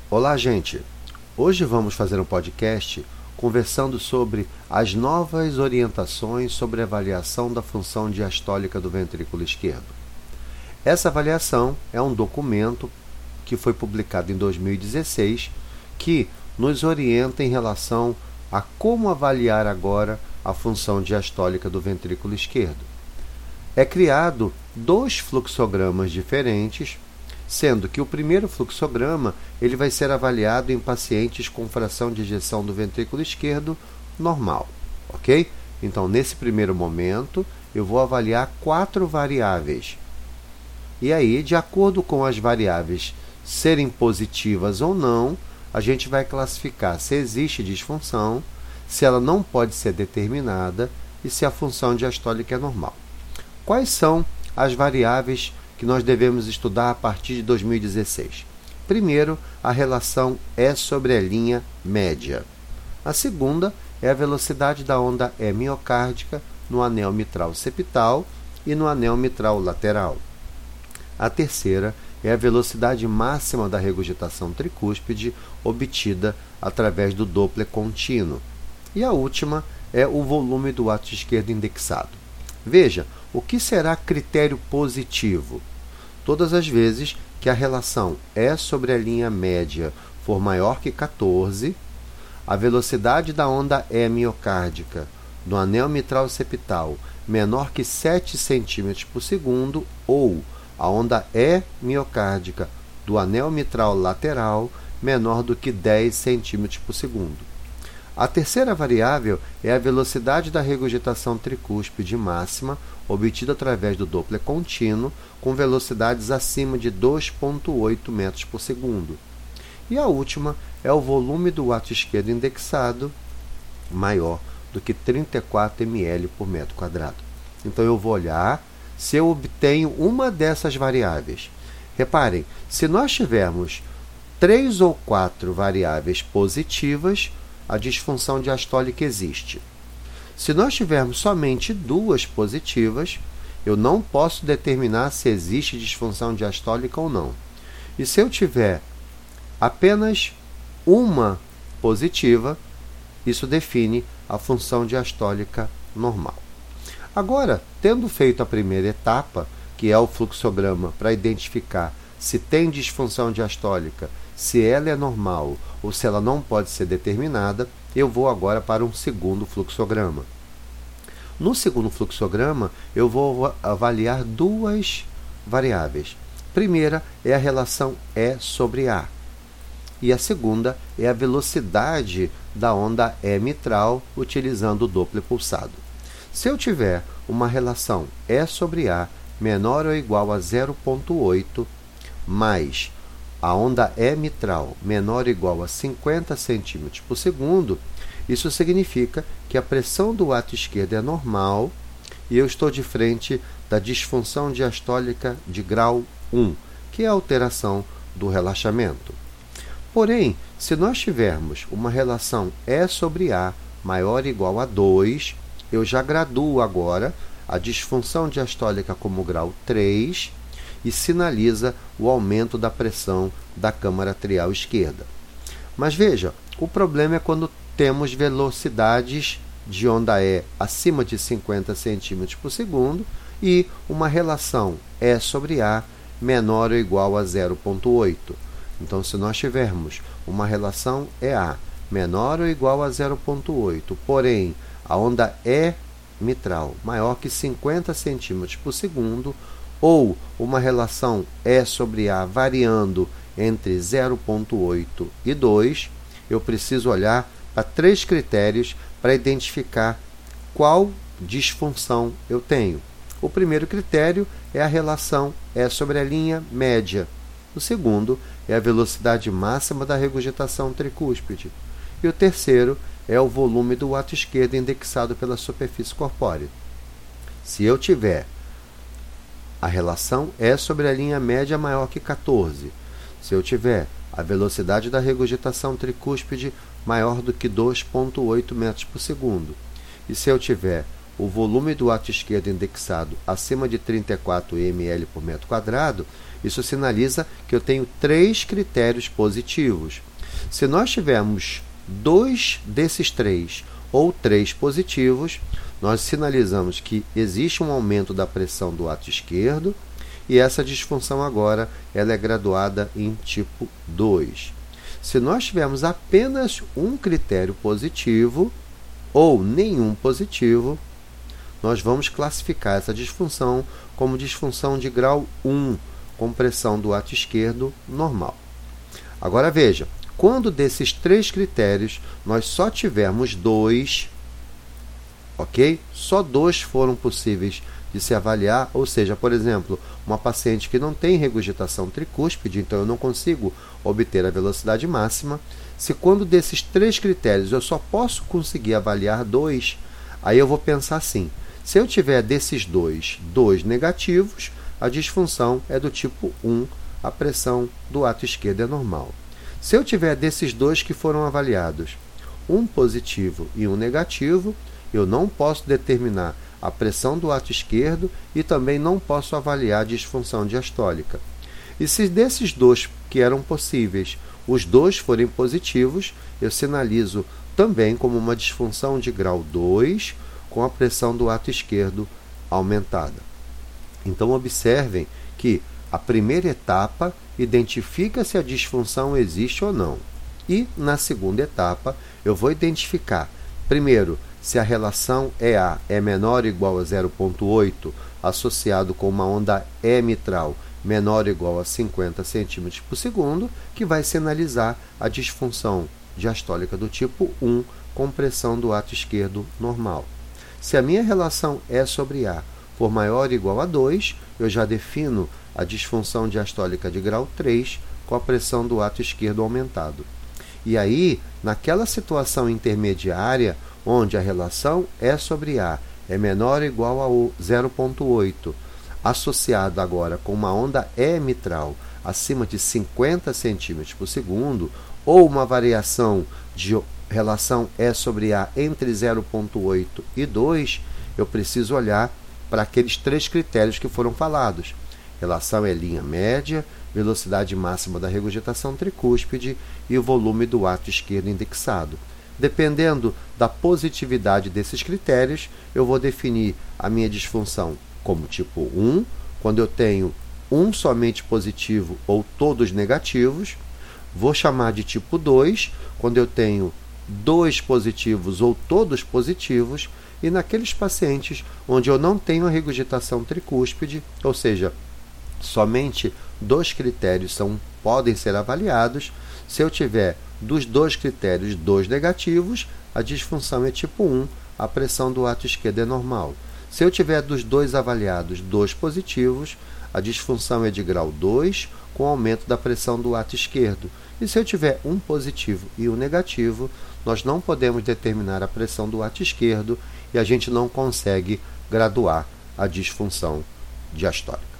Olá, gente! Hoje vamos fazer um podcast conversando sobre as novas orientações sobre a avaliação da função diastólica do ventrículo esquerdo. Essa avaliação é um documento que foi publicado em 2016 que nos orienta em relação a como avaliar agora a função diastólica do ventrículo esquerdo. É criado 2 fluxogramas diferentes, sendo que o primeiro fluxograma ele vai ser avaliado em pacientes com fração de ejeção do ventrículo esquerdo normal, ok? Então, nesse primeiro momento, eu vou avaliar 4 variáveis. E aí, de acordo com as variáveis serem positivas ou não, a gente vai classificar se existe disfunção, se ela não pode ser determinada e se a função diastólica é normal. Quais são as variáveis que nós devemos estudar a partir de 2016? Primeiro, a relação E sobre a linha média. A segunda é a velocidade da onda E miocárdica no anel mitral septal e no anel mitral lateral. A terceira é a velocidade máxima da regurgitação tricúspide obtida através do Doppler contínuo. E a última é o volume do ato esquerdo indexado. Veja, o que será critério positivo? Todas as vezes que a relação E sobre a linha média for maior que 14, a velocidade da onda E miocárdica no anel mitral septal menor que 7 cm por segundo ou a onda E miocárdica do anel mitral lateral menor do que 10 cm por segundo. A terceira variável é a velocidade da regurgitação tricúspide máxima obtida através do Doppler contínuo com velocidades acima de 2,8 metros por segundo. E a última é o volume do ato esquerdo indexado maior do que 34 ml por metro quadrado. Então eu vou olhar se eu obtenho uma dessas variáveis. Reparem, se nós tivermos 3 ou 4 variáveis positivas, a disfunção diastólica existe. Se nós tivermos somente 2 positivas, eu não posso determinar se existe disfunção diastólica ou não. E se eu tiver apenas uma positiva, isso define a função diastólica normal. Agora, tendo feito a primeira etapa, que é o fluxograma para identificar se tem disfunção diastólica, se ela é normal ou se ela não pode ser determinada, eu vou agora para um segundo fluxograma. No segundo fluxograma, eu vou avaliar 2 variáveis. A primeira é a relação E sobre A. E a segunda é a velocidade da onda E mitral utilizando o Doppler pulsado. Se eu tiver uma relação E sobre A menor ou igual a 0,8 mais a onda E mitral menor ou igual a 50 cm por segundo, isso significa que a pressão do ato esquerdo é normal e eu estou de frente da disfunção diastólica de grau 1, que é a alteração do relaxamento. Porém, se nós tivermos uma relação E sobre A maior ou igual a 2, eu já graduo agora a disfunção diastólica como grau 3 e sinaliza o aumento da pressão da câmara atrial esquerda. Mas veja, o problema é quando temos velocidades de onda E acima de 50 cm por segundo e uma relação E sobre A menor ou igual a 0,8. Então, se nós tivermos uma relação EA menor ou igual a 0,8, porém a onda E mitral maior que 50 cm por segundo, ou uma relação E sobre A variando entre 0,8 e 2, eu preciso olhar para 3 critérios para identificar qual disfunção eu tenho. O primeiro critério é a relação E sobre a linha média. O segundo é a velocidade máxima da regurgitação tricúspide. E o terceiro é o volume do ato esquerdo indexado pela superfície corpórea. Se eu tiver a relação E sobre a linha média maior que 14, se eu tiver a velocidade da regurgitação tricúspide maior do que 2,8 metros por segundo, e se eu tiver o volume do ato esquerdo indexado acima de 34 ml por metro quadrado, Isso sinaliza que eu tenho 3 critérios positivos. Se nós tivermos 2 desses 3 ou 3 positivos, nós sinalizamos que existe um aumento da pressão do ato esquerdo e essa disfunção agora ela é graduada em tipo 2. Se nós tivermos apenas um critério positivo ou nenhum positivo, nós vamos classificar essa disfunção como disfunção de grau 1, com pressão do ato esquerdo normal. Agora veja, quando desses 3 critérios nós só tivermos 2, ok? Só 2 foram possíveis de se avaliar, ou seja, por exemplo, uma paciente que não tem regurgitação tricúspide, então eu não consigo obter a velocidade máxima. Se quando desses 3 critérios eu só posso conseguir avaliar 2, aí eu vou pensar assim, se eu tiver desses 2 negativos, a disfunção é do tipo 1, a pressão do ato esquerdo é normal. Se eu tiver desses 2 que foram avaliados, um positivo e um negativo, eu não posso determinar a pressão do ato esquerdo e também não posso avaliar a disfunção diastólica. E se desses 2 que eram possíveis, os 2 forem positivos, eu sinalizo também como uma disfunção de grau 2 com a pressão do ato esquerdo aumentada. Então observem que a primeira etapa identifica se a disfunção existe ou não. E na segunda etapa eu vou identificar, primeiro, se a relação EA é menor ou igual a 0,8 associado com uma onda E mitral menor ou igual a 50 cm por segundo, que vai sinalizar a disfunção diastólica do tipo 1 com pressão do ato esquerdo normal. Se a minha relação E sobre A for maior ou igual a 2, eu já defino a disfunção diastólica de grau 3 com a pressão do ato esquerdo aumentado. E aí, naquela situação intermediária, onde a relação E sobre A é menor ou igual a 0,8, associado agora com uma onda E mitral acima de 50 cm por segundo, ou uma variação de relação E sobre A entre 0,8 e 2, eu preciso olhar para aqueles 3 critérios que foram falados. Relação é linha média, velocidade máxima da regurgitação tricúspide e o volume do ato esquerdo indexado. Dependendo da positividade desses critérios, eu vou definir a minha disfunção como tipo 1, quando eu tenho um somente positivo ou todos negativos. Vou chamar de tipo 2, quando eu tenho 2 positivos ou todos positivos. E naqueles pacientes onde eu não tenho a regurgitação tricúspide, ou seja, somente 2 critérios podem ser avaliados, se eu tiver dos 2 critérios 2 negativos, a disfunção é tipo 1, a pressão do ato esquerdo é normal. Se eu tiver dos 2 avaliados 2 positivos, a disfunção é de grau 2, com aumento da pressão do ato esquerdo. E se eu tiver um positivo e um negativo, nós não podemos determinar a pressão do ato esquerdo e a gente não consegue graduar a disfunção diastólica.